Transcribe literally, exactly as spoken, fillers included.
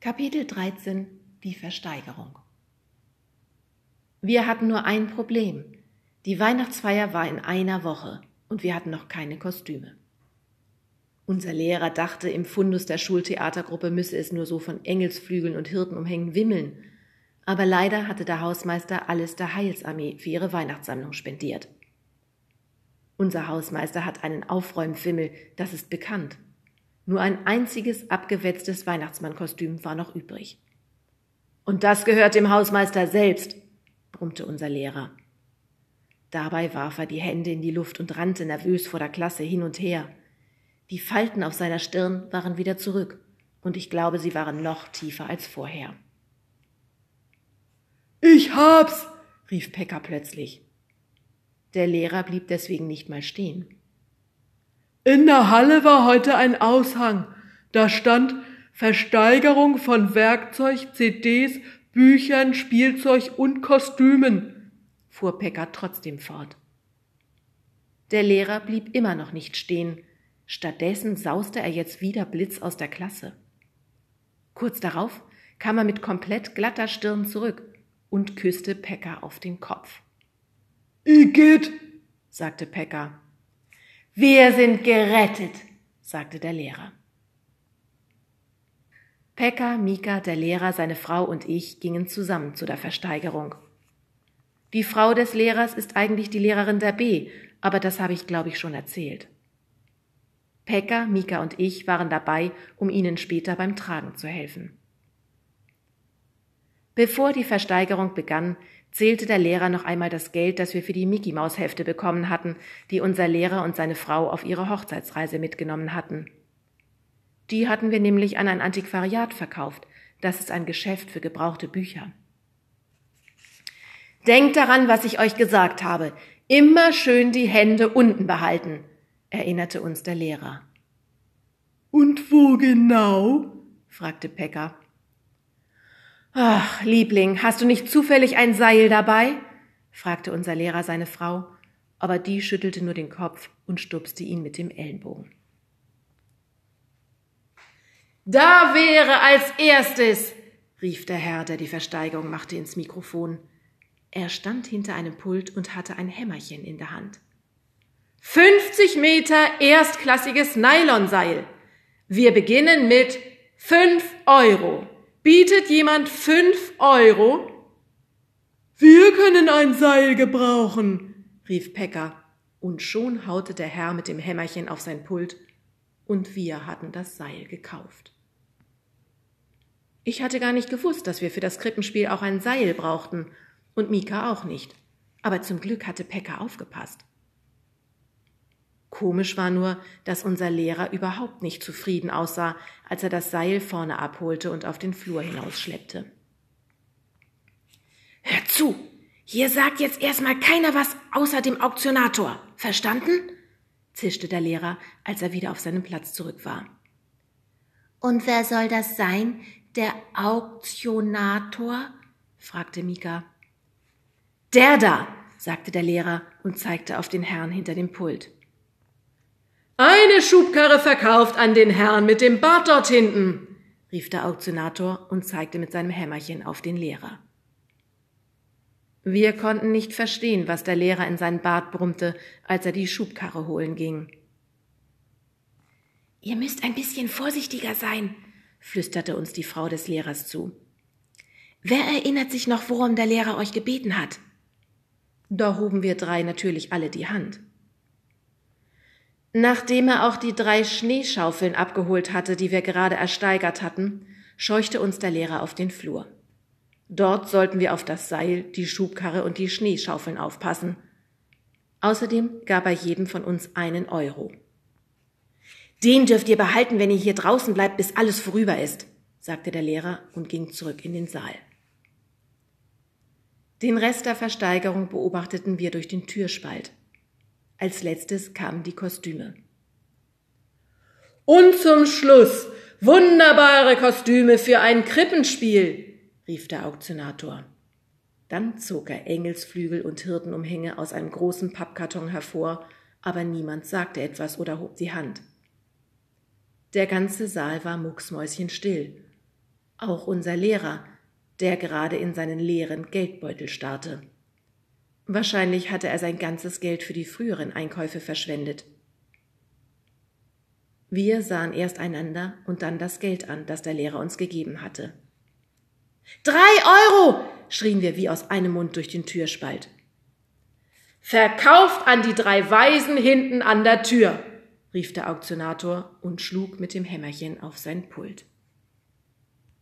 Kapitel dreizehn – Die Versteigerung. Wir hatten nur ein Problem. Die Weihnachtsfeier war in einer Woche und wir hatten noch keine Kostüme. Unser Lehrer dachte, im Fundus der Schultheatergruppe müsse es nur so von Engelsflügeln und Hirtenumhängen wimmeln, aber leider hatte der Hausmeister alles der Heilsarmee für ihre Weihnachtssammlung spendiert. Unser Hausmeister hat einen Aufräumfimmel, das ist bekannt. Nur ein einziges abgewetztes Weihnachtsmannkostüm war noch übrig. »Und das gehört dem Hausmeister selbst«, brummte unser Lehrer. Dabei warf er die Hände in die Luft und rannte nervös vor der Klasse hin und her. Die Falten auf seiner Stirn waren wieder zurück, und ich glaube, sie waren noch tiefer als vorher. »Ich hab's«, rief Pekka plötzlich. Der Lehrer blieb deswegen nicht mal stehen. »In der Halle war heute ein Aushang. Da stand Versteigerung von Werkzeug, C Ds, Büchern, Spielzeug und Kostümen«, fuhr Pekka trotzdem fort. Der Lehrer blieb immer noch nicht stehen. Stattdessen sauste er jetzt wieder Blitz aus der Klasse. Kurz darauf kam er mit komplett glatter Stirn zurück und küsste Pekka auf den Kopf. »Igitt«, sagte Pekka. »Wir sind gerettet«, sagte der Lehrer. Pekka, Mika, der Lehrer, seine Frau und ich gingen zusammen zu der Versteigerung. Die Frau des Lehrers ist eigentlich die Lehrerin der B, aber das habe ich, glaube ich, schon erzählt. Pekka, Mika und ich waren dabei, um ihnen später beim Tragen zu helfen. Bevor die Versteigerung begann, zählte der Lehrer noch einmal das Geld, das wir für die Mickey-Maus-Hefte bekommen hatten, die unser Lehrer und seine Frau auf ihre Hochzeitsreise mitgenommen hatten. Die hatten wir nämlich an ein Antiquariat verkauft. Das ist ein Geschäft für gebrauchte Bücher. »Denkt daran, was ich euch gesagt habe. Immer schön die Hände unten behalten«, erinnerte uns der Lehrer. »Und wo genau?«, fragte Pekka. »Ach, Liebling, hast du nicht zufällig ein Seil dabei?«, fragte unser Lehrer seine Frau, aber die schüttelte nur den Kopf und stupste ihn mit dem Ellenbogen. »Da wäre als erstes«, rief der Herr, der die Versteigerung machte, ins Mikrofon. Er stand hinter einem Pult und hatte ein Hämmerchen in der Hand. »fünfzig Meter erstklassiges Nylonseil. Wir beginnen mit fünf Euro. Bietet jemand fünf Euro?« »Wir können ein Seil gebrauchen«, rief Pekka, und schon haute der Herr mit dem Hämmerchen auf sein Pult, und wir hatten das Seil gekauft. Ich hatte gar nicht gewusst, dass wir für das Krippenspiel auch ein Seil brauchten, und Mika auch nicht, aber zum Glück hatte Pekka aufgepasst. Komisch war nur, dass unser Lehrer überhaupt nicht zufrieden aussah, als er das Seil vorne abholte und auf den Flur hinausschleppte. »Hör zu, hier sagt jetzt erstmal keiner was außer dem Auktionator, verstanden?«, zischte der Lehrer, als er wieder auf seinem Platz zurück war. »Und wer soll das sein, der Auktionator?«, fragte Mika. »Der da«, sagte der Lehrer und zeigte auf den Herrn hinter dem Pult. »Eine Schubkarre verkauft an den Herrn mit dem Bart dort hinten«, rief der Auktionator und zeigte mit seinem Hämmerchen auf den Lehrer. Wir konnten nicht verstehen, was der Lehrer in seinen Bart brummte, als er die Schubkarre holen ging. »Ihr müsst ein bisschen vorsichtiger sein«, flüsterte uns die Frau des Lehrers zu. »Wer erinnert sich noch, worum der Lehrer euch gebeten hat?« Da hoben wir drei natürlich alle die Hand. Nachdem er auch die drei Schneeschaufeln abgeholt hatte, die wir gerade ersteigert hatten, scheuchte uns der Lehrer auf den Flur. Dort sollten wir auf das Seil, die Schubkarre und die Schneeschaufeln aufpassen. Außerdem gab er jedem von uns einen Euro. »Den dürft ihr behalten, wenn ihr hier draußen bleibt, bis alles vorüber ist«, sagte der Lehrer und ging zurück in den Saal. Den Rest der Versteigerung beobachteten wir durch den Türspalt. Als letztes kamen die Kostüme. »Und zum Schluss wunderbare Kostüme für ein Krippenspiel«, rief der Auktionator. Dann zog er Engelsflügel und Hirtenumhänge aus einem großen Pappkarton hervor, aber niemand sagte etwas oder hob die Hand. Der ganze Saal war mucksmäuschenstill, Auch unser Lehrer, der gerade in seinen leeren Geldbeutel starrte. Wahrscheinlich hatte er sein ganzes Geld für die früheren Einkäufe verschwendet. Wir sahen erst einander und dann das Geld an, das der Lehrer uns gegeben hatte. »Drei Euro!« schrien wir wie aus einem Mund durch den Türspalt. »Verkauft an die drei Weisen hinten an der Tür«, rief der Auktionator und schlug mit dem Hämmerchen auf sein Pult.